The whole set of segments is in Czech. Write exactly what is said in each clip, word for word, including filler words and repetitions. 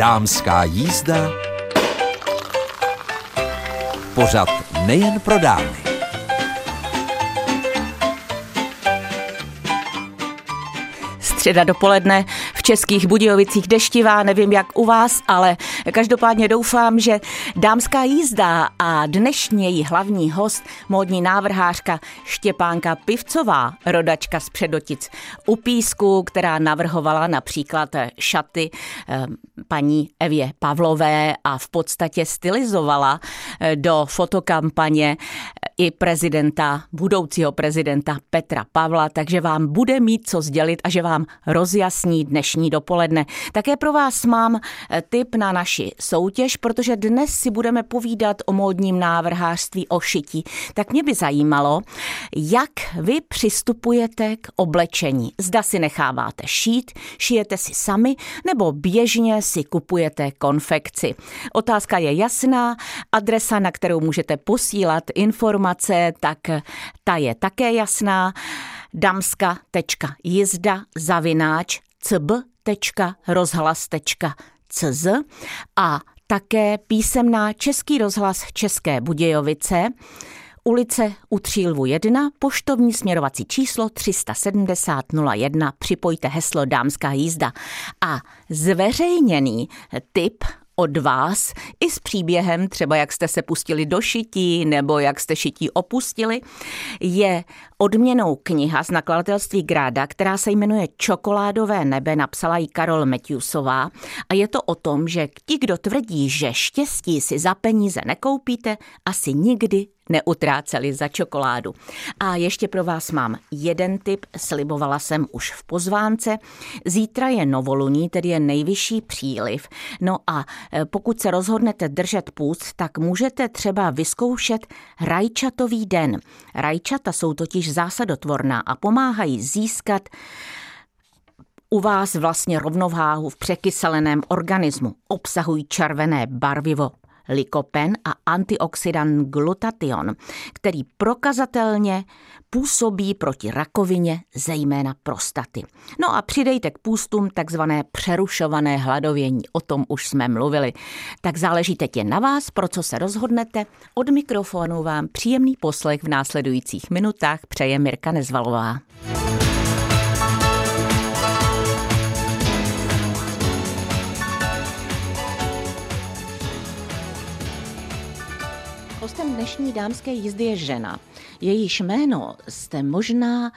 Dámská jízda, pořad nejen pro dámy. Středa dopoledne, v Českých Budějovicích deštivá, nevím jak u vás, ale každopádně doufám, že Dámská jízda a dnešní její hlavní host, módní návrhářka Štěpánka Pivcová, rodačka z Předotic u Písku, která navrhovala například šaty eh, paní Evě Pavlové a v podstatě stylizovala eh, do fotokampaně i prezidenta, budoucího prezidenta Petra Pavla, takže vám bude mít co sdělit a že vám rozjasní dnešní dopoledne. Také pro vás mám tip na naši soutěž, protože dnes si budeme povídat o módním návrhářství, o šití. Tak mě by zajímalo, jak vy přistupujete k oblečení. Zda si necháváte šít, šijete si sami, nebo běžně si kupujete konfekci. Otázka je jasná, adresa, na kterou můžete posílat informace, tak ta je také jasná. damska tečka jizda zavináč cb tečka rozhlas tečka cz a také písemná Český rozhlas České Budějovice, ulice U Třílvu jedna, poštovní směrovací číslo tři sedmdesát nula jedna, připojte heslo Dámská jízda. A zveřejněný tip od vás i s příběhem, třeba jak jste se pustili do šití nebo jak jste šití opustili, je odměnou kniha z nakladatelství Gráda, která se jmenuje Čokoládové nebe, napsala ji Karol Matthewsová a je to o tom, že ti, kdo tvrdí, že štěstí si za peníze nekoupíte, asi nikdy neutráceli za čokoládu. A ještě pro vás mám jeden tip, slibovala jsem už v pozvánce. Zítra je novoluní, tedy je nejvyšší příliv. No a pokud se rozhodnete držet půst, tak můžete třeba vyzkoušet rajčatový den. Rajčata jsou totiž zásadotvorná a pomáhají získat u vás vlastně rovnováhu v překyseleném organismu. Obsahují červené barvivo lykopen a antioxidant glutation, který prokazatelně působí proti rakovině, zejména prostaty. No a přidejte k půstům takzvané přerušované hladovění, o tom už jsme mluvili. Tak záleží teď jen na vás, pro co se rozhodnete. Od mikrofonu vám příjemný poslech v následujících minutách přeje Mirka Nezvalová. Hostem dnešní dámské jízdy je žena. Jejíž jméno jste možná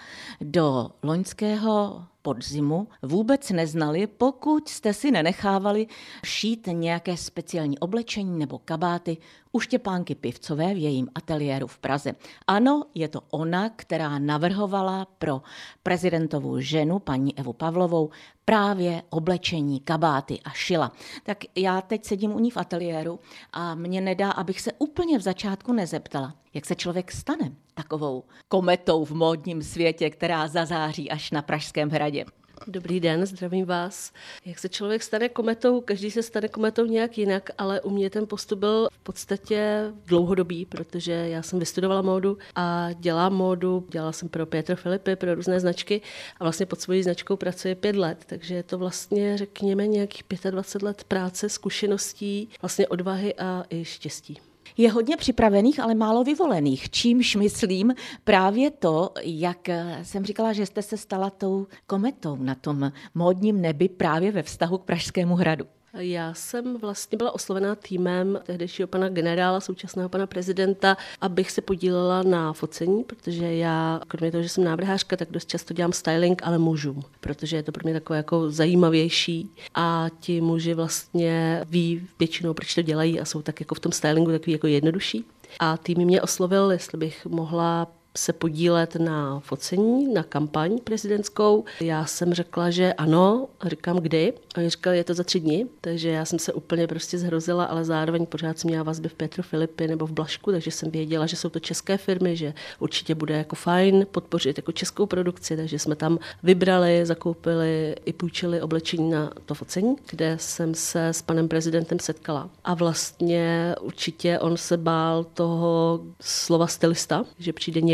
do loňského podzimu vůbec neznali, pokud jste si nenechávali šít nějaké speciální oblečení nebo kabáty u Štěpánky Pivcové v jejím ateliéru v Praze. Ano, je to ona, která navrhovala pro prezidentovu ženu, paní Evu Pavlovou, právě oblečení, kabáty a šila. Tak já teď sedím u ní v ateliéru a mě nedá, abych se úplně v začátku nezeptala, jak se člověk stane takovou kometou v módním světě, která zazáří až na Pražském hradě. Dobrý den, zdravím vás. Jak se člověk stane kometou, každý se stane kometou nějak jinak, ale u mě ten postup byl v podstatě dlouhodobý, protože já jsem vystudovala módu a dělám módu, dělala jsem pro Pietro Filippi, pro různé značky a vlastně pod svojí značkou pracuji pět let, takže je to vlastně, řekněme, nějakých dvacet pět let práce, zkušeností, vlastně odvahy a i štěstí. Je hodně připravených, ale málo vyvolených, čímž myslím právě to, jak jsem říkala, že jste se stala tou kometou na tom módním nebi právě ve vztahu k Pražskému hradu. Já jsem vlastně byla oslovená týmem tehdejšího pana generála, současného pana prezidenta, abych se podílela na focení, protože já, kromě toho, že jsem návrhářka, tak dost často dělám styling, ale mužům, protože je to pro mě takové jako zajímavější a ti muži vlastně ví většinou, proč to dělají a jsou tak jako v tom stylingu takový jako jednodušší. A tým mě oslovil, jestli bych mohla se podílet na focení, na kampaň prezidentskou. Já jsem řekla, že ano, a říkám kdy. A oni říkali, je to za tři dny, takže já jsem se úplně prostě zhrozila, ale zároveň pořád jsem měla vazby v Pietro Filippi nebo v Blažku, takže jsem věděla, že jsou to české firmy, že určitě bude jako fajn podpořit jako českou produkci, takže jsme tam vybrali, zakoupili i půjčili oblečení na to focení, kde jsem se s panem prezidentem setkala. A vlastně určitě on se bál toho slova stylista, že přijde někdo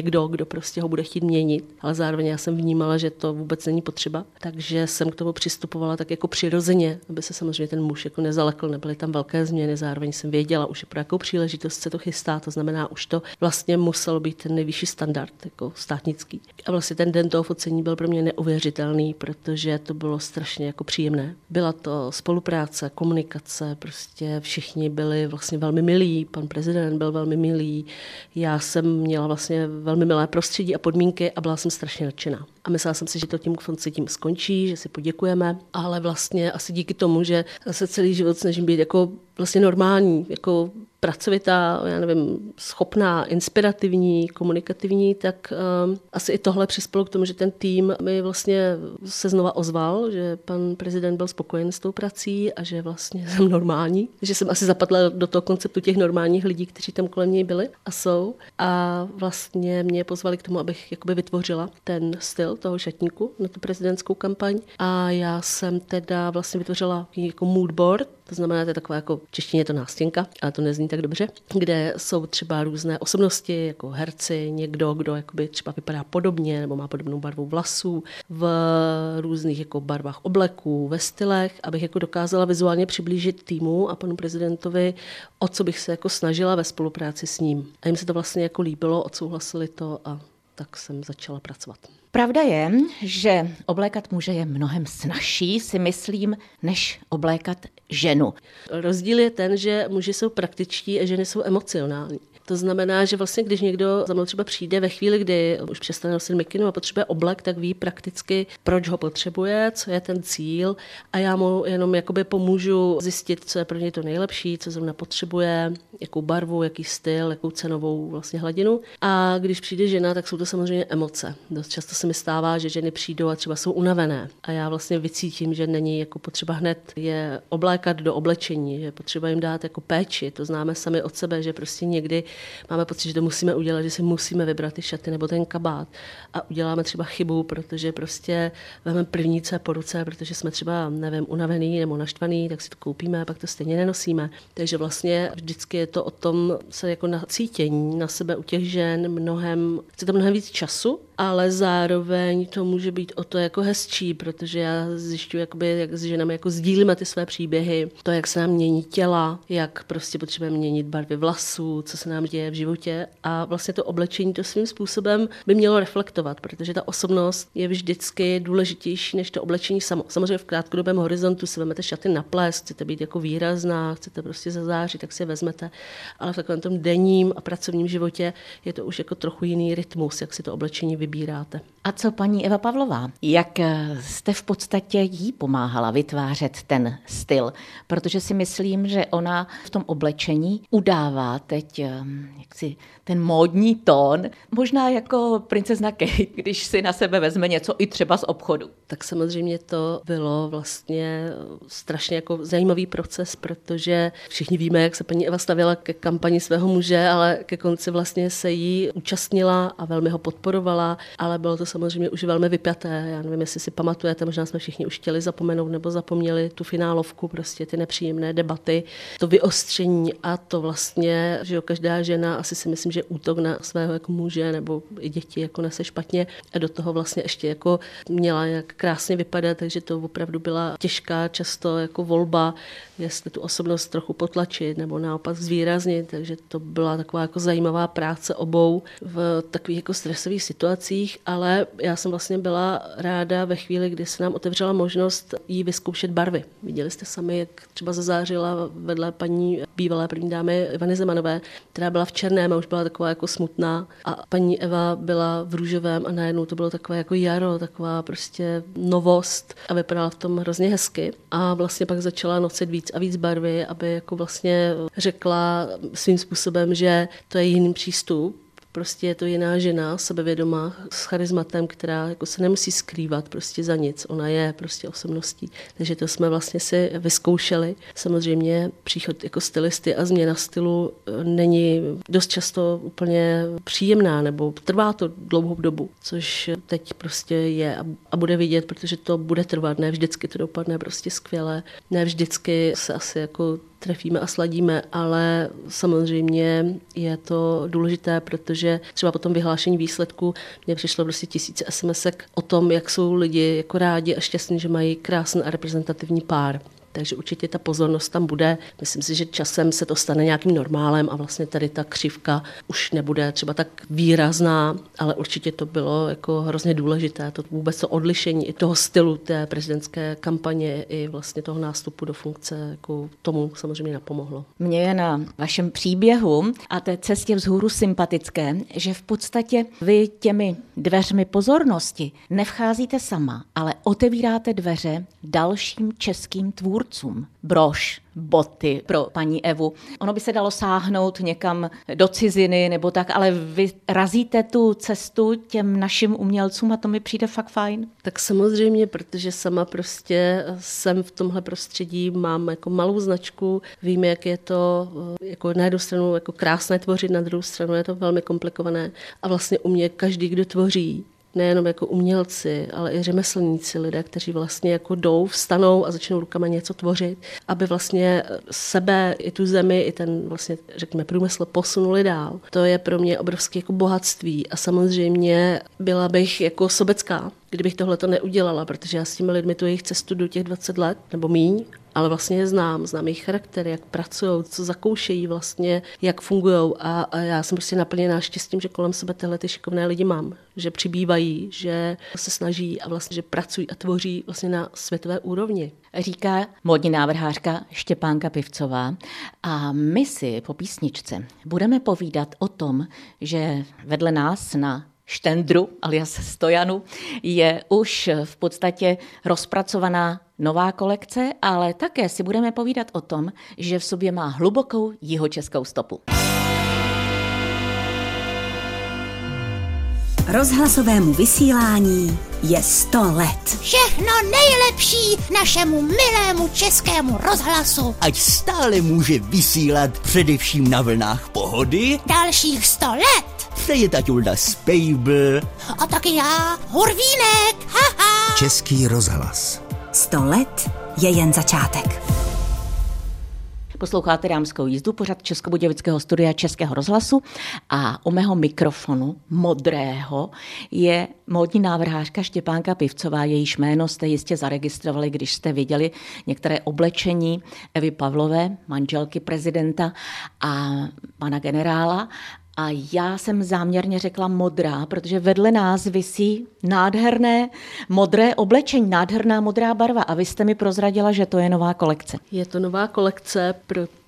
někdo, kdo prostě ho bude chtít měnit, ale zároveň já jsem vnímala, že to vůbec není potřeba, takže jsem k tomu přistupovala tak jako přirozeně, aby se samozřejmě ten muž jako nezalekl, nebyly tam velké změny, zároveň jsem věděla už pro jakou příležitost se to chystá, to znamená, už to vlastně muselo být ten nejvyšší standard jako státnický. A vlastně ten den toho focení byl pro mě neuvěřitelný, protože to bylo strašně jako příjemné. Byla to spolupráce, komunikace, prostě všichni byli vlastně velmi milí, pan prezident byl velmi milý, já jsem měla vlastně velmi milé prostředí a podmínky a byla jsem strašně nadšená. A myslela jsem si, že to tím konci tím skončí, že si poděkujeme, ale vlastně asi díky tomu, že se celý život snažím být jako vlastně normální, jako pracovitá, já nevím, schopná, inspirativní, komunikativní, tak um, asi i tohle přispělo k tomu, že ten tým mi vlastně se znova ozval, že pan prezident byl spokojen s tou prací a že vlastně jsem normální, že jsem asi zapadla do toho konceptu těch normálních lidí, kteří tam kolem něj byli a jsou. A vlastně mě pozvali k tomu, abych jakoby vytvořila ten styl toho šatníku na tu prezidentskou kampaň. A já jsem teda vlastně vytvořila jako mood board, to znamená, to je taková jako v češtině je to nástěnka, ale to nezní tak dobře, kde jsou třeba různé osobnosti, jako herci, někdo, kdo jakoby třeba vypadá podobně nebo má podobnou barvu vlasů, v různých jako barvách obleků, ve stylech, abych jako dokázala vizuálně přiblížit týmu a panu prezidentovi, o co bych se jako snažila ve spolupráci s ním. A jim se to vlastně jako líbilo, odsouhlasili to a tak jsem začala pracovat. Pravda je, že oblékat muže je mnohem snazší, si myslím, než oblékat ženu. Rozdíl je ten, že muži jsou praktičtí a ženy jsou emocionální. To znamená, že vlastně, když někdo za mnou třeba přijde ve chvíli, kdy už přestane nosit mikinu a potřebuje oblek, tak ví prakticky, proč ho potřebuje, co je ten cíl a já mu jenom jakoby pomůžu zjistit, co je pro něj to nejlepší, co zrovna potřebuje, jakou barvu, jaký styl, jakou cenovou vlastně hladinu. A když přijde žena, tak jsou to samozřejmě emoce. Dost často se mi stává, že ženy přijdou a třeba jsou unavené a já vlastně vycítím, že není jako potřeba hned je oblékat do oblečení, že potřeba jim dát jako péči. To známe sami od sebe, že prostě někdy máme pocit, že to musíme udělat, že si musíme vybrat ty šaty nebo ten kabát a uděláme třeba chybu, protože prostě vezmeme první, co je po ruce, protože jsme třeba, nevím, unavený nebo naštvaný, tak si to koupíme a pak to stejně nenosíme. Takže vlastně vždycky je to o tom se jako nacítění na sebe u těch žen mnohem, chce to mnohem víc času, ale zároveň to může být o to jako hezčí, protože já zjišťuji, jakoby, jak s ženami jako sdílíme ty své příběhy, to, jak se nám mění těla, jak prostě potřebujeme měnit barvy vlasů, co se nám děje v životě a vlastně to oblečení to svým způsobem by mělo reflektovat, protože ta osobnost je vždycky důležitější než to oblečení samo. Samozřejmě v krátkodobém horizontu si vezmete šaty na ples, chcete být jako výrazná, chcete prostě zazářit, tak si je vezmete, ale v takovém tom denním a pracovním životě je to už jako trochu jiný rytmus, jak si to oblečení vybíráte. A co paní Eva Pavlová? Jak jste v podstatě jí pomáhala vytvářet ten styl? Protože si myslím, že ona v tom oblečení udává teď jaksi ten módní tón, možná jako princezna Kate, když si na sebe vezme něco i třeba z obchodu. Tak samozřejmě to bylo vlastně strašně jako zajímavý proces, protože všichni víme, jak se paní Eva stavěla ke kampani svého muže, ale ke konci vlastně se jí účastnila a velmi ho podporovala, ale bylo to samozřejmě už velmi vypjaté. Já nevím, jestli si pamatujete, možná jsme všichni už chtěli zapomenout nebo zapomněli tu finálovku, prostě ty nepříjemné debaty, to vyostření a to vlastně, že jo, každá žena asi si myslím, že útok na svého jako muže nebo i děti jako nese špatně a do toho vlastně ještě jako měla jak krásně vypadat, takže to opravdu byla těžká často jako volba, jestli tu osobnost trochu potlačit nebo naopak zvýraznit, takže to byla taková jako zajímavá práce obou v takových jako stresových situacích, ale já jsem vlastně byla ráda ve chvíli, kdy se nám otevřela možnost jí vyzkoušet barvy. Viděli jste sami, jak třeba zazářila vedle paní bývalé první dámy Ivany Zemanové, která byla v černém a už byla taková jako smutná a paní Eva byla v růžovém a najednou to bylo takové jako jaro, taková prostě novost a vypadala v tom hrozně hezky a vlastně pak začala nosit víc a víc barvy, aby jako vlastně řekla svým způsobem, že to je jiný přístup. Prostě je to jiná žena, sebevědomá, s charizmatem, která jako se nemusí skrývat prostě za nic. Ona je prostě osobností. Takže to jsme vlastně si vyzkoušeli. Samozřejmě příchod jako stylisty a změna stylu není dost často úplně příjemná, nebo trvá to dlouhou dobu, což teď prostě je a bude vidět, protože to bude trvat. Ne vždycky to dopadne prostě skvěle. Ne vždycky se asi jako trefíme a sladíme, ale samozřejmě je to důležité, protože třeba po tom vyhlášení výsledku mě přišlo prostě tisíce SMSek o tom, jak jsou lidi jako rádi a šťastní, že mají krásný a reprezentativní pár. Takže určitě ta pozornost tam bude. Myslím si, že časem se to stane nějakým normálem a vlastně tady ta křivka už nebude třeba tak výrazná, ale určitě to bylo jako hrozně důležité. To vůbec to odlišení i toho stylu té prezidentské kampaně i vlastně toho nástupu do funkce jako tomu samozřejmě napomohlo. Mně je na vašem příběhu a té cestě vzhůru sympatické, že v podstatě vy těmi dveřmi pozornosti nevcházíte sama, ale otevíráte dveře dalším českým tvůrcům. Brož, boty pro paní Evu. Ono by se dalo sáhnout někam do ciziny nebo tak, ale vy razíte tu cestu těm našim umělcům a to mi přijde fakt fajn. Tak samozřejmě, protože sama prostě jsem v tomhle prostředí, mám jako malou značku, vím, jak je to jako na jednu stranu jako krásné tvořit, na druhou stranu je to velmi komplikované a vlastně u mě každý, kdo tvoří, nejenom jako umělci, ale i řemeslníci, lidé, kteří vlastně jako jdou, vstanou a začnou rukama něco tvořit, aby vlastně sebe, i tu zemi, i ten vlastně, řekněme, průmysl posunuli dál. To je pro mě obrovské jako bohatství a samozřejmě byla bych jako sobecká, kdybych tohleto neudělala, protože já s těmi lidmi tu jejich cestu do těch dvacet let, nebo míň, ale vlastně je znám, znám jejich charakter, jak pracují, co zakoušejí vlastně, jak fungují a, a já jsem prostě naplněná štěstím, že kolem sebe tyhle ty šikovné lidi mám, že přibývají, že se snaží a vlastně, že pracují a tvoří vlastně na světové úrovni. Říká módní návrhářka Štěpánka Pivcová a my si po písničce budeme povídat o tom, že vedle nás na štendru alias stojanu je už v podstatě rozpracovaná nová kolekce, ale také si budeme povídat o tom, že v sobě má hlubokou jihočeskou stopu. Rozhlasovému vysílání je sto let. Všechno nejlepší našemu milému českému rozhlasu. Ať stále může vysílat především na vlnách pohody. Dalších sto let. Přeje taťulda Spejbl. A taky já, Hurvínek. Haha. Český rozhlas. Sto let je jen začátek. Posloucháte Dámskou jízdu, pořad Českobudějovického studia Českého rozhlasu a u mého mikrofonu modrého je módní návrhářka Štěpánka Pivcová. Jejíž jméno jste jistě zaregistrovali, když jste viděli některé oblečení Evy Pavlové, manželky prezidenta a pana generála. A já jsem záměrně řekla modrá, protože vedle nás visí nádherné modré oblečení, nádherná modrá barva. A vy jste mi prozradila, že to je nová kolekce. Je to nová kolekce,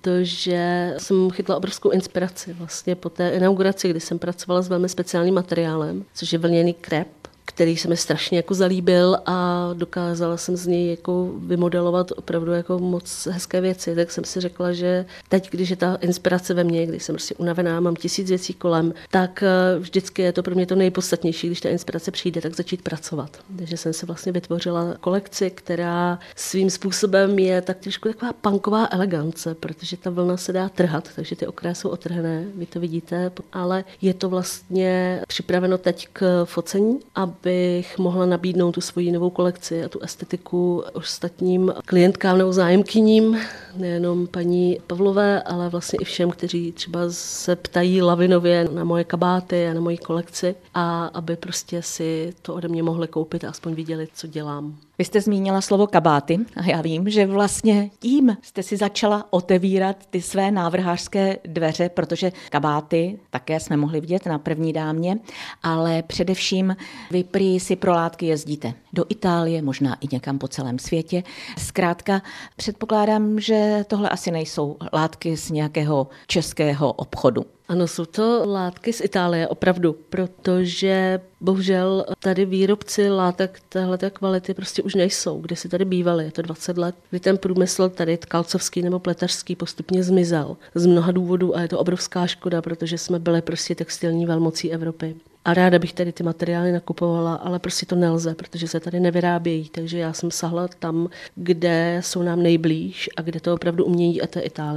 protože jsem chytla obrovskou inspiraci vlastně po té inauguraci, kdy jsem pracovala s velmi speciálním materiálem, což je vlněný krep, který se mi strašně jako zalíbil a dokázala jsem z něj jako vymodelovat opravdu jako moc hezké věci. Tak jsem si řekla, že teď, když je ta inspirace ve mně, když jsem prostě unavená, mám tisíc věcí kolem, tak vždycky je to pro mě to nejpodstatnější, když ta inspirace přijde, tak začít pracovat. Takže jsem si vlastně vytvořila kolekci, která svým způsobem je tak trošku taková punková elegance, protože ta vlna se dá trhat, takže ty okraje jsou otrhané, vy to vidíte, ale je to vlastně připraveno teď k focení, aby bych mohla nabídnout tu svoji novou kolekci a tu estetiku ostatním klientkám nebo zájemkyním, nejenom paní Pavlové, ale vlastně i všem, kteří třeba se ptají lavinově na moje kabáty a na moji kolekci a aby prostě si to ode mě mohli koupit a aspoň viděli, co dělám. Vy jste zmínila slovo kabáty a já vím, že vlastně tím jste si začala otevírat ty své návrhářské dveře, protože kabáty také jsme mohli vidět na první dámě, ale především vy prý si pro látky jezdíte do Itálie, možná i někam po celém světě. Zkrátka předpokládám, že tohle asi nejsou látky z nějakého českého obchodu. Ano, jsou to látky z Itálie, opravdu, protože bohužel tady výrobci látek téhleté kvality prostě už nejsou, kde si tady bývali, je to dvacet let, kdy ten průmysl tady tkalcovský nebo pletařský postupně zmizel z mnoha důvodů a je to obrovská škoda, protože jsme byli prostě textilní velmocí Evropy. A ráda bych tady ty materiály nakupovala, ale prostě to nelze, protože se tady nevyrábějí, takže já jsem sahla tam, kde jsou nám nejblíž a kde to opravdu umějí, a to je Itálie.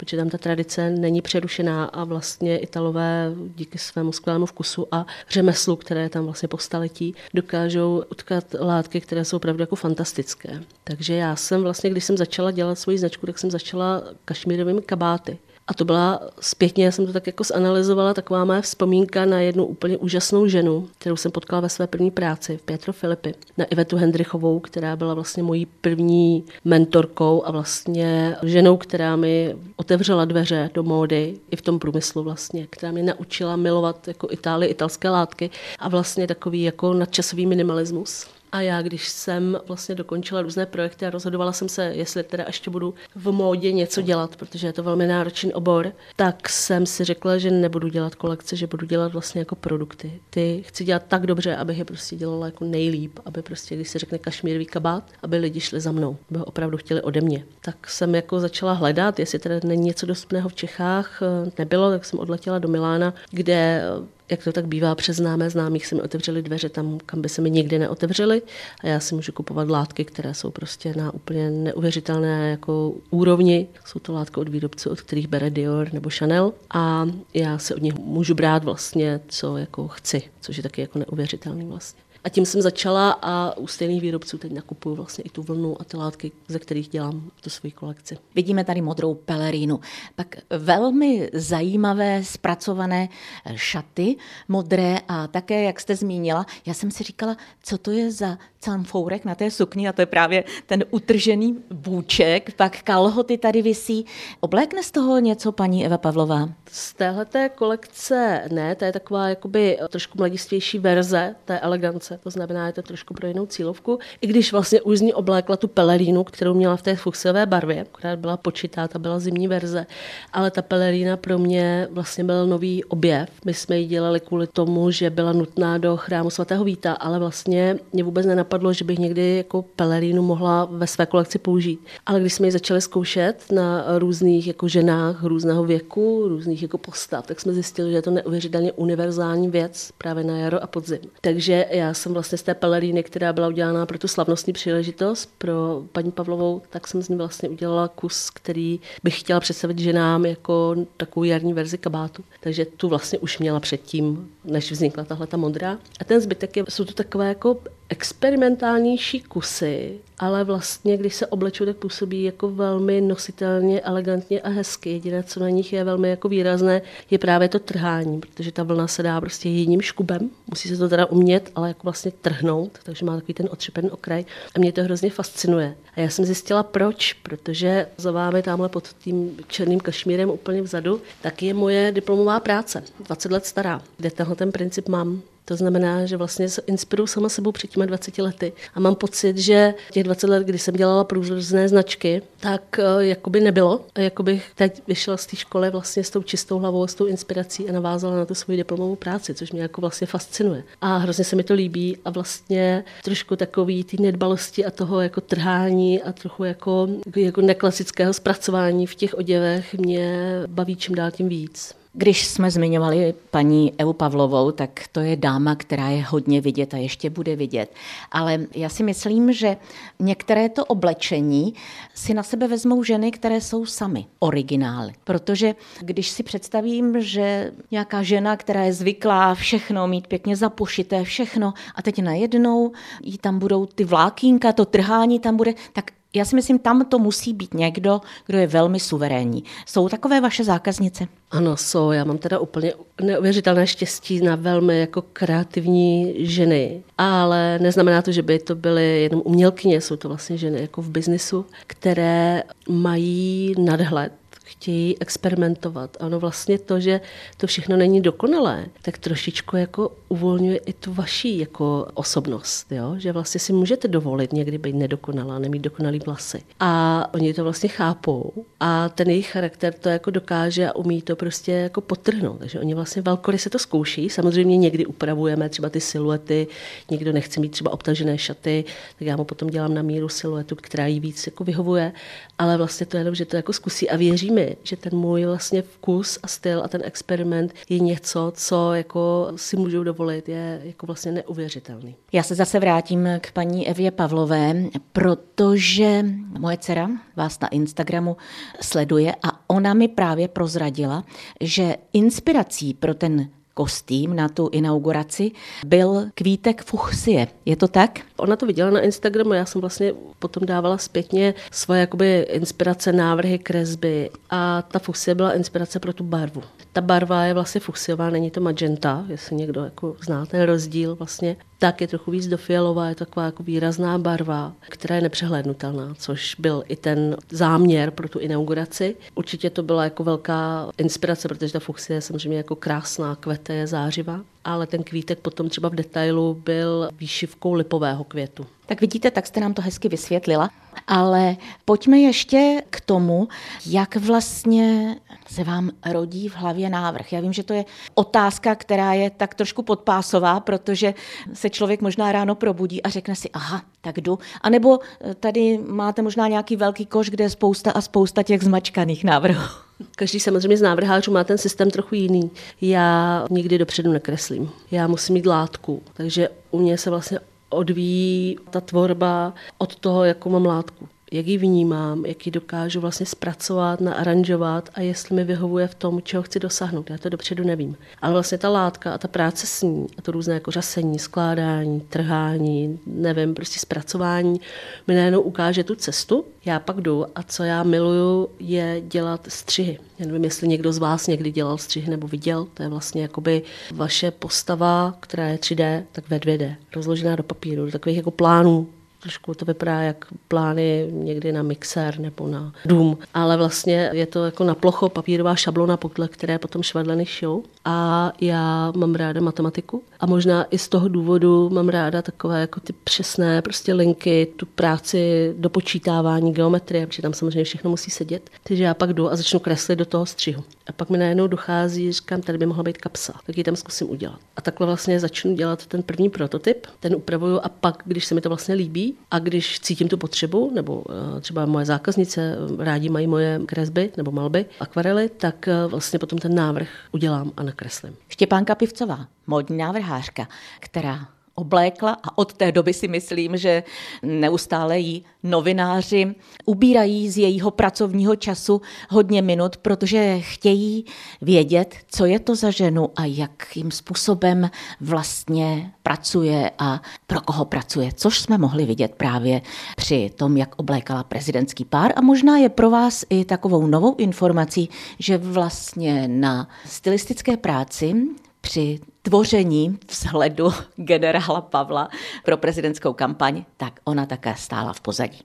protože tam ta tradice není přerušená a vlastně Italové díky svému skvělému vkusu a řemeslu, které tam vlastně po staletí, dokážou utkat látky, které jsou opravdu jako fantastické. Takže já jsem vlastně, když jsem začala dělat svoji značku, tak jsem začala kašmírovými kabáty. A to byla zpětně, já jsem to tak jako zanalyzovala, taková má vzpomínka na jednu úplně úžasnou ženu, kterou jsem potkala ve své první práci v Pietro Filippi, na Ivetu Hendrichovou, která byla vlastně mojí první mentorkou a vlastně ženou, která mi otevřela dveře do módy i v tom průmyslu vlastně, která mě naučila milovat jako Itálii, italské látky a vlastně takový jako nadčasový minimalismus. A já, když jsem vlastně dokončila různé projekty a rozhodovala jsem se, jestli teda ještě budu v módě něco dělat, protože je to velmi náročný obor, tak jsem si řekla, že nebudu dělat kolekce, že budu dělat vlastně jako produkty. Ty chci dělat tak dobře, abych je prostě dělala jako nejlíp, aby prostě, když se řekne kašmírový kabát, aby lidi šli za mnou, aby ho opravdu chtěli ode mě. Tak jsem jako začala hledat, jestli teda není něco dostupného v Čechách. Nebylo, tak jsem odletěla do Milána, kde, jak to tak bývá, přes známé známých se mi otevřely dveře tam, kam by se mi nikdy neotevřely. A já si můžu kupovat látky, které jsou prostě na úplně neuvěřitelné jako úrovni. Jsou to látky od výrobců, od kterých bere Dior nebo Chanel. A já se od nich můžu brát vlastně, co jako chci, což je taky jako neuvěřitelný vlastně. A tím jsem začala a u stejných výrobců teď nakupuju vlastně i tu vlnu a ty látky, ze kterých dělám tu svoji kolekci. Vidíme tady modrou pelerínu. Pak velmi zajímavé zpracované šaty, modré a také, jak jste zmínila, já jsem si říkala, co to je za canfourek na té sukni a to je právě ten utržený bůček, pak kalhoty tady visí. Oblékne z toho něco paní Eva Pavlová? Z téhleté kolekce ne, to je taková jakoby trošku mladistvější verze té elegance, to znamená, je to trošku pro jinou cílovku. I když vlastně už z ní oblékla tu pelerínu, kterou měla v té fuchsiové barvě, která byla počitá, ta byla zimní verze, ale ta pelerína pro mě vlastně byl nový objev. My jsme ji dělali kvůli tomu, že byla nutná do chrámu svatého Víta, ale vlastně mě vůbec nenapadlo, že bych někdy jako pelerínu mohla ve své kolekci použít. Ale když jsme ji začali zkoušet na různých jako ženách různého věku, různých jako postav, tak jsme zjistili, že je to neuvěřitelně univerzální věc právě na jaro a podzim. Takže já jsem vlastně z té peleríny, která byla udělána pro tu slavnostní příležitost pro paní Pavlovou, tak jsem z ní vlastně udělala kus, který bych chtěla představit ženám jako takovou jarní verzi kabátu. Takže tu vlastně už měla předtím, než vznikla tahle ta modrá. A ten zbytek je, jsou to takové jako experimentálnější kusy, ale vlastně, když se oblečou, tak působí jako velmi nositelně, elegantně a hezky. Jediné, co na nich je velmi jako výrazné, je právě to trhání, protože ta vlna se dá prostě jedním škubem. Musí se to teda umět, ale jako vlastně trhnout, takže má takový ten otřepený okraj. A mě to hrozně fascinuje. A já jsem zjistila, proč, protože za vámi tamhle pod tím černým kašmírem úplně vzadu, tak je moje diplomová práce, dvacet let stará, kde tenhle ten princip mám. To znamená, že vlastně se inspiruju sama sebou před těmi dvaceti lety a mám pocit, že těch dvacet let, kdy jsem dělala různé značky, tak jakoby nebylo. A jakoby teď vyšla z té školy vlastně s tou čistou hlavou, s tou inspirací a navázala na tu svoji diplomovou práci, což mě jako vlastně fascinuje. A hrozně se mi to líbí a vlastně trošku takový ty nedbalosti a toho jako trhání a trochu jako, jako neklasického zpracování v těch oděvech mě baví čím dál tím víc. Když jsme zmiňovali paní Evu Pavlovou, tak to je dáma, která je hodně vidět a ještě bude vidět. Ale já si myslím, že některé to oblečení si na sebe vezmou ženy, které jsou samy originály. Protože když si představím, že nějaká žena, která je zvyklá všechno mít pěkně zapošité, všechno a teď najednou jí tam budou ty vlákínka, to trhání tam bude, tak já si myslím, tam to musí být někdo, kdo je velmi suverénní. Jsou takové vaše zákaznice? Ano, jsou. Já mám teda úplně neuvěřitelné štěstí na velmi jako kreativní ženy, ale neznamená to, že by to byly jenom umělkyně, jsou to vlastně ženy jako v biznisu, které mají nadhled, chtějí experimentovat. Ano, vlastně to, že to všechno není dokonalé, tak trošičku jako uvolňuje i tu vaši jako osobnost, jo? Že vlastně si můžete dovolit někdy být nedokonalá, nemít dokonalý vlasy. A oni to vlastně chápou a ten jejich charakter to jako dokáže a umí to prostě jako podtrhnout. Takže oni vlastně velkoryse to zkouší. Samozřejmě někdy upravujeme třeba ty siluety, někdo nechce mít třeba obtažené šaty, tak já mu potom dělám na míru siluetu, která jí víc jako vyhovuje, ale vlastně to jenom, že to jako zkusí a věříme, mi, že ten můj vlastně vkus a styl a ten experiment je něco, co jako si můžu dovolit, je jako vlastně neuvěřitelný. Já se zase vrátím k paní Evě Pavlové, protože moje dcera vás na Instagramu sleduje a ona mi právě prozradila, že inspirací pro ten kostým na tu inauguraci byl kvítek fuchsie. Je to tak? Ona to viděla na Instagramu, já jsem vlastně potom dávala zpětně svoje jakoby inspirace, návrhy, kresby a ta fuchsie byla inspirace pro tu barvu. Ta barva je vlastně fuchsiová, není to magenta, jestli někdo jako zná ten rozdíl vlastně, tak je trochu víc do fialová, je to taková jako výrazná barva, která je nepřehlédnutelná, což byl i ten záměr pro tu inauguraci. Určitě to byla jako velká inspirace, protože ta fuchsie je samozřejmě jako krásná, kvete je zářivá, ale ten kvítek potom třeba v detailu byl výšivkou lipového květu. Tak vidíte, tak jste nám to hezky vysvětlila, ale pojďme ještě k tomu, jak vlastně se vám rodí v hlavě návrh. Já vím, že to je otázka, která je tak trošku podpásová, protože se člověk možná ráno probudí a řekne si, aha, tak jdu. A nebo tady máte možná nějaký velký koš, kde je spousta a spousta těch zmačkaných návrhů. Každý samozřejmě z návrhářů má ten systém trochu jiný. Já nikdy dopředu nekreslím. Já musím mít látku, takže u mě se vlastně odvíjí ta tvorba od toho, jakou mám látku. Jak ji vnímám, jak ji dokážu vlastně zpracovat, naaranžovat a jestli mi vyhovuje v tom, čeho chci dosáhnout. Já to dopředu nevím. Ale vlastně ta látka a ta práce s ní a to různé jako řasení, skládání, trhání, nevím, prostě zpracování mi najednou ukáže tu cestu. Já pak jdu a co já miluju je dělat střihy. Já nevím, jestli někdo z vás někdy dělal střihy nebo viděl. To je vlastně jakoby vaše postava, která je tři dé, tak ve dvě dé, rozložená do papíru, do takových jako plánů. Trošku to vypadá jak plány někdy na mixér nebo na dům, ale vlastně je to jako na plocho papírová šablona, podle které potom švadleny šijou. A já mám ráda matematiku a možná i z toho důvodu mám ráda takové jako ty přesné prostě linky, tu práci do počítávání geometrie, protože tam samozřejmě všechno musí sedět. Takže já pak jdu a začnu kreslit do toho střihu. A pak mi najednou dochází, říkám, tady by mohla být kapsa, tak ji tam zkusím udělat. A takhle vlastně začnu dělat ten první prototyp, ten upravuju a pak, když se mi to vlastně líbí a když cítím tu potřebu, nebo třeba moje zákaznice rádi mají moje kresby nebo malby, akvarely, tak vlastně potom ten návrh udělám a nakreslím. Štěpánka Pivcová, módní návrhářka, která oblékla a od té doby si myslím, že neustále jí novináři ubírají z jejího pracovního času hodně minut, protože chtějí vědět, co je to za ženu a jakým způsobem vlastně pracuje a pro koho pracuje, což jsme mohli vidět právě při tom, jak oblékala prezidentský pár a možná je pro vás i takovou novou informací, že vlastně na stylistické práci při tvoření vzhledu generála Pavla pro prezidentskou kampaň, tak ona také stála v pozadí.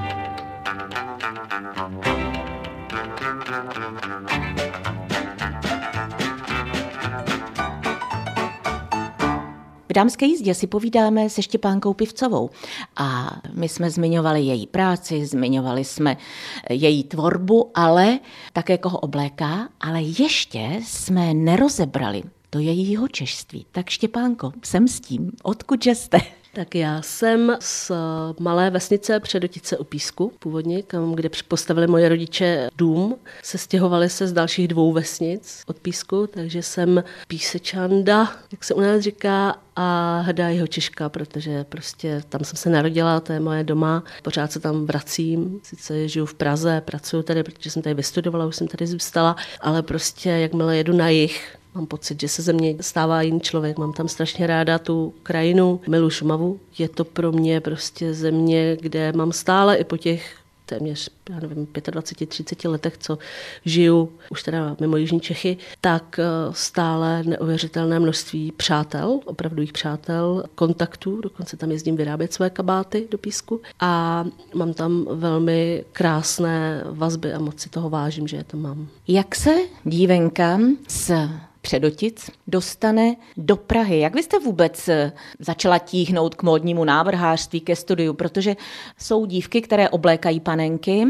V dámské jízdě si povídáme se Štěpánkou Pivcovou a my jsme zmiňovali její práci, zmiňovali jsme její tvorbu, ale také koho obléká, ale ještě jsme nerozebrali to jejího češství. Tak Štěpánko, jsem s tím. Odkud jste? Tak já jsem z malé vesnice Předotice u Písku, původně, kam, kde postavili moje rodiče dům. Sestěhovali se z dalších dvou vesnic od Písku, takže jsem Písečanda, jak se u nás říká, a hrdá jeho Češka, protože prostě tam jsem se narodila, to je moje doma, pořád se tam vracím, sice žiju v Praze, pracuju tady, protože jsem tady vystudovala, už jsem tady zůstala, ale prostě jakmile jedu na jih, mám pocit, že se ze mě stává jiný člověk. Mám tam strašně ráda tu krajinu, miluji Šumavu. Je to pro mě prostě země, kde mám stále i po těch téměř, já nevím, dvacet pět třicet letech, co žiju, už teda mimo jižní Čechy, tak stále neuvěřitelné množství přátel, opravdových přátel, kontaktů, dokonce tam jezdím vyrábět své kabáty do Písku a mám tam velmi krásné vazby a moc si toho vážím, že je tam mám. Jak se dívenka z Předotic dostane do Prahy. Jak vy jste vůbec začala tíhnout k módnímu návrhářství, ke studiu? Protože jsou dívky, které oblékají panenky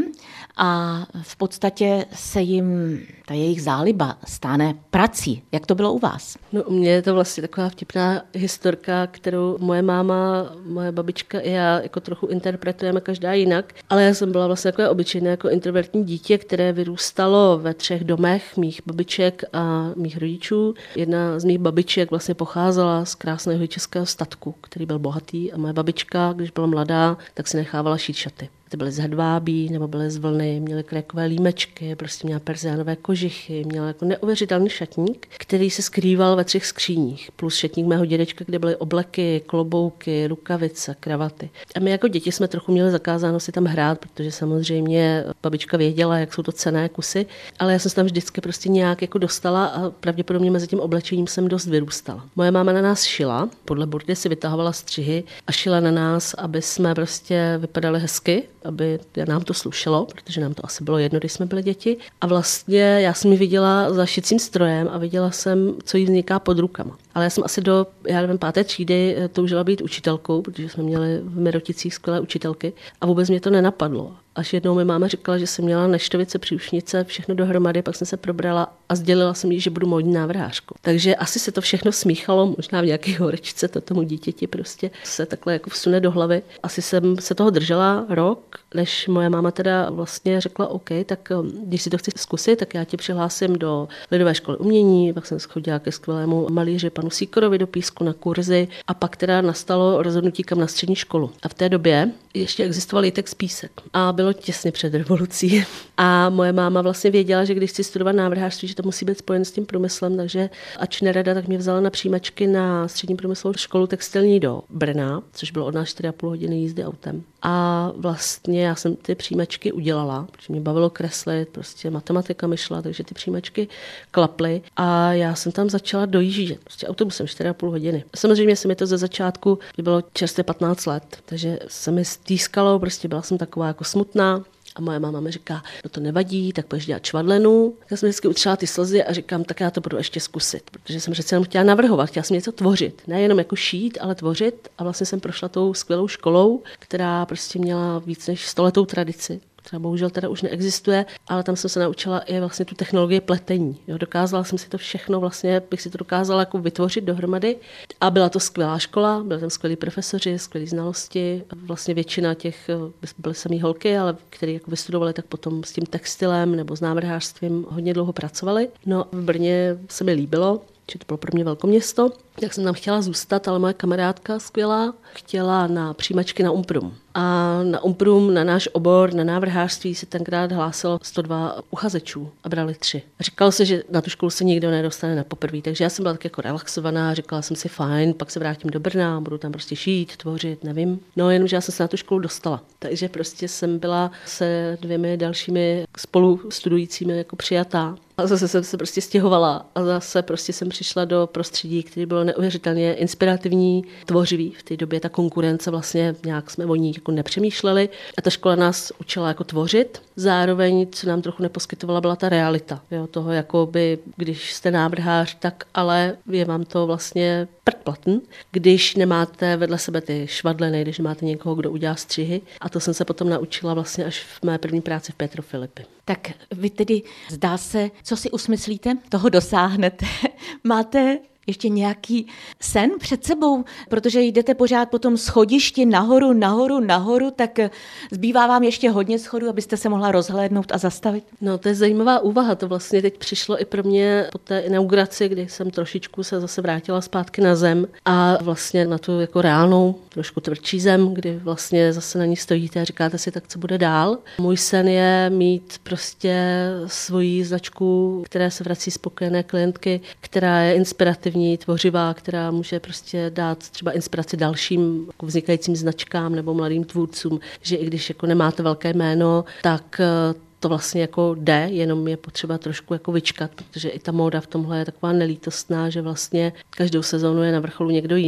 a v podstatě se jim ta jejich záliba stane prací. Jak to bylo u vás? No, u mě je to vlastně taková vtipná historka, kterou moje máma, moje babička i já jako trochu interpretujeme každá jinak, ale já jsem byla vlastně takové obyčejné jako introvertní dítě, které vyrůstalo ve třech domech mých babiček a mých rodičů. Jedna z mých babiček vlastně pocházela z krásného českého statku, který byl bohatý, a moje babička, když byla mladá, tak si nechávala šít šaty. Ty byly z hedvábí nebo byly z vlny, měly krékové límečky, prostě měla perziánové kožichy, měla jako neuvěřitelný šatník, který se skrýval ve třech skříních, plus šatník mého dědečka, kde byly obleky, klobouky, rukavice, kravaty. A my jako děti jsme trochu měli zakázáno si tam hrát, protože samozřejmě babička věděla, jak jsou to cenné kusy, ale já jsem se tam vždycky prostě nějak jako dostala a pravděpodobně mezi tím oblečením jsem dost vyrůstala. Moje máma na nás šila, podle burdy si vytahovala střihy a šila na nás, aby jsme prostě vypadali hezky, aby nám to slušelo, protože nám to asi bylo jedno, když jsme byli děti. A vlastně já jsem ji viděla za šicím strojem a viděla jsem, co jí vzniká pod rukama. Ale já jsem asi do, já nevím, páté třídy toužila být učitelkou, protože jsme měli v Miroticích skvělé učitelky a vůbec mě to nenapadlo. Až jednou mi máma říkala, že jsem měla neštovice, příušnice, všechno dohromady, pak jsem se probrala a sdělila jsem jí, že budu módní návrhářkou. Takže asi se to všechno smíchalo, možná v nějaké horečce, to tomu dítěti prostě se takhle jako vsune do hlavy. Asi jsem se toho držela rok, než moje máma teda vlastně řekla, OK, tak když si to chci zkusit, tak já tě přihlásím do Lidové školy umění, pak jsem chodila ke skvělému malíři panu Síkorovi do Písku na kurzy a pak teda nastalo rozhodnutí kam na střední školu. A v té době ještě existoval Jitex Písek a bylo těsně před revolucí. A moje máma vlastně věděla, že když chci studovat návrhářství, že to musí být spojen s tím průmyslem, takže ač nerada, tak mě vzala na přijímačky na střední průmyslovou školu textilní do Brna, což bylo od nás čtyři a půl hodiny jízdy autem. A vlastně já jsem ty přijímačky udělala, protože mě bavilo kreslit, prostě matematika mi šla, takže ty přijímačky klaply a já jsem tam začala dojíždět, prostě autobusem čtyři a půl hodiny. Samozřejmě se mi to ze začátku, bylo čerstvě patnáct let, takže se mi stýskalo, prostě byla jsem taková jako smutná. A moje máma mi říká, no to nevadí, tak půjdeš dělat švadlenu. Tak jsem vždycky utřela ty slzy a říkám, tak já to budu ještě zkusit, protože jsem přece jenom chtěla navrhovat, chtěla jsem něco tvořit, nejenom jako šít, ale tvořit. A vlastně jsem prošla tou skvělou školou, která prostě měla víc než stoletou tradici, která bohužel teda už neexistuje, ale tam jsem se naučila i vlastně tu technologii pletení. Jo, dokázala jsem si to všechno, vlastně bych si to dokázala jako vytvořit dohromady a byla to skvělá škola, byli tam skvělí profesoři, skvělé znalosti. Vlastně většina těch, byly samý holky, ale který jako vystudovali, tak potom s tím textilem nebo s návrhářstvím hodně dlouho pracovali. No v Brně se mi líbilo, že to bylo pro mě velkoměsto, tak jsem tam chtěla zůstat, ale moje kamarádka skvělá chtěla na přijímačky na Umprum. A na Umprum, na náš obor, na návrhářství se tenkrát hlásilo sto dva uchazečů a brali tři. A říkalo se, že na tu školu se nikdo nedostane na poprvé, takže já jsem byla tak jako relaxovaná, říkala jsem si fajn, pak se vrátím do Brna, budu tam prostě šít, tvořit, nevím. No jenom, že já jsem se na tu školu dostala. Takže prostě jsem byla se dvěmi dalšími spolu studujícími jako přijatá. A zase jsem se prostě stěhovala a zase prostě jsem přišla do prostředí, které bylo neuvěřitelně inspirativní, tvořivý. V té době ta konkurence vlastně nějak jsme o ní jako nepřemýšleli a ta škola nás učila jako tvořit. Zároveň, co nám trochu neposkytovala, byla ta realita. Jo, toho, jako by, když jste návrhář, tak ale je vám to vlastně prtplatn, když nemáte vedle sebe ty švadleny, když nemáte někoho, kdo udělá střihy. A to jsem se potom naučila vlastně až v mé první práci v Petro Filipi. Tak vy tedy, zdá se, co si usmyslíte, toho dosáhnete. Máte ještě nějaký sen před sebou, protože jdete pořád po tom schodišti nahoru, nahoru, nahoru, tak zbývá vám ještě hodně schodů, abyste se mohla rozhlédnout a zastavit? No, to je zajímavá úvaha. To vlastně teď přišlo i pro mě po té inauguraci, kdy jsem trošičku se zase vrátila zpátky na zem a vlastně na tu jako reálnou, trošku tvrdší zem, kdy vlastně zase na ní stojíte a říkáte si, tak co bude dál. Můj sen je mít prostě svoji značku, která se vrací spokojené klientky, která je inspirativní, tvořivá, která může prostě dát třeba inspiraci dalším jako vznikajícím značkám nebo mladým tvůrcům, že i když jako nemáte velké jméno, tak to vlastně jako jde, jenom je potřeba trošku jako vyčkat, protože i ta móda v tomhle je taková nelítostná, že vlastně každou sezónu je na vrcholu někdo jiný.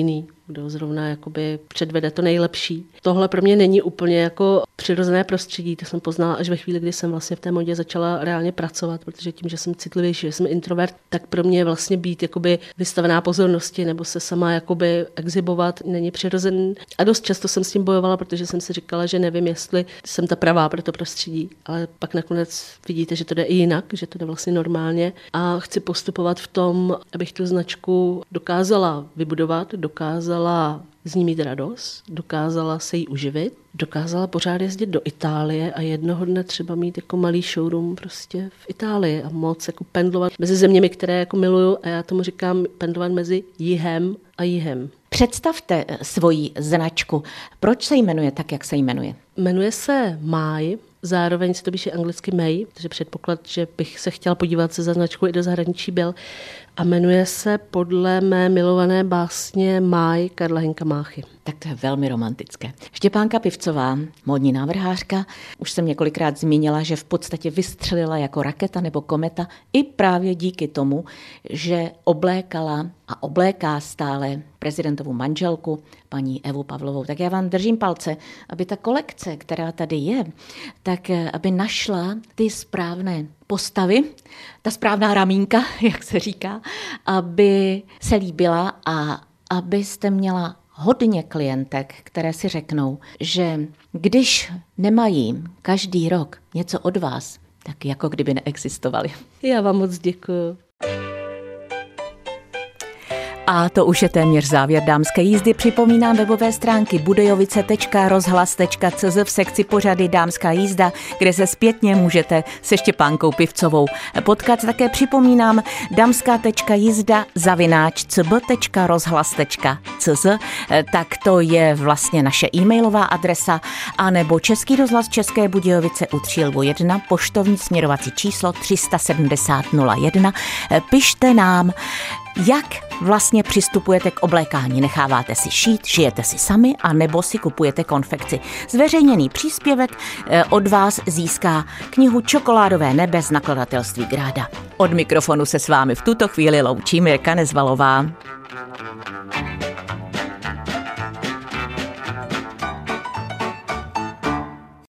kdo zrovna jakoby předvede to nejlepší. Tohle pro mě není úplně jako přirozené prostředí, to jsem poznala až ve chvíli, kdy jsem vlastně v té modě začala reálně pracovat, protože tím, že jsem citlivější, že jsem introvert, tak pro mě vlastně být jakoby vystavená pozornosti nebo se sama jakoby exhibovat není přirozený. A dost často jsem s tím bojovala, protože jsem si říkala, že nevím, jestli jsem ta pravá pro to prostředí, ale pak nakonec vidíte, že to jde i jinak, že to jde vlastně normálně a chci postupovat v tom, abych tu značku dokázala vybudovat, dokázala z ní mít radost, dokázala se jí uživit, dokázala pořád jezdit do Itálie a jednoho dne třeba mít jako malý showroom prostě v Itálii a moc jako pendlovat mezi zeměmi, které jako miluju a já tomu říkám pendlovat mezi jihem a jihem. Představte svoji značku. Proč se jmenuje tak, jak se jmenuje? Jmenuje se Máj, zároveň se to píše anglicky May, takže předpoklad, že bych se chtěla podívat se za značkou i do zahraničí byl. A jmenuje se podle mé milované básně Máj Karla Hynka Máchy. Tak to je velmi romantické. Štěpánka Pivcová, módní návrhářka, už jsem několikrát zmínila, že v podstatě vystřelila jako raketa nebo kometa i právě díky tomu, že oblékala a obléká stále prezidentovu manželku, paní Evu Pavlovou. Tak já vám držím palce, aby ta kolekce, která tady je, tak aby našla ty správné postavy, ta správná ramínka, jak se říká, aby se líbila a abyste měla hodně klientek, které si řeknou, že když nemají každý rok něco od vás, tak jako kdyby neexistovali. Já vám moc děkuju. A to už je téměř závěr dámské jízdy. Připomínám webové stránky budejovice tečka rozhlas tečka cé zet v sekci pořady Dámská jízda, kde se zpětně můžete se Štěpánkou Pivcovou potkat. Také připomínám damská tečka jízda zavináč cb tečka rozhlas tečka cz, tak to je vlastně naše e-mailová adresa, anebo Český rozhlas České Budějovice u Třílvu jedna, poštovní směrovací číslo tři set sedmdesát nula jedna. Pište nám, jak vlastně přistupujete k oblékání. Necháváte si šít, šijete si sami, a nebo si kupujete konfekci. Zveřejněný příspěvek od vás získá knihu Čokoládové nebe z nakladatelství Gráda. Od mikrofonu se s vámi v tuto chvíli loučí Mirka Nezvalová.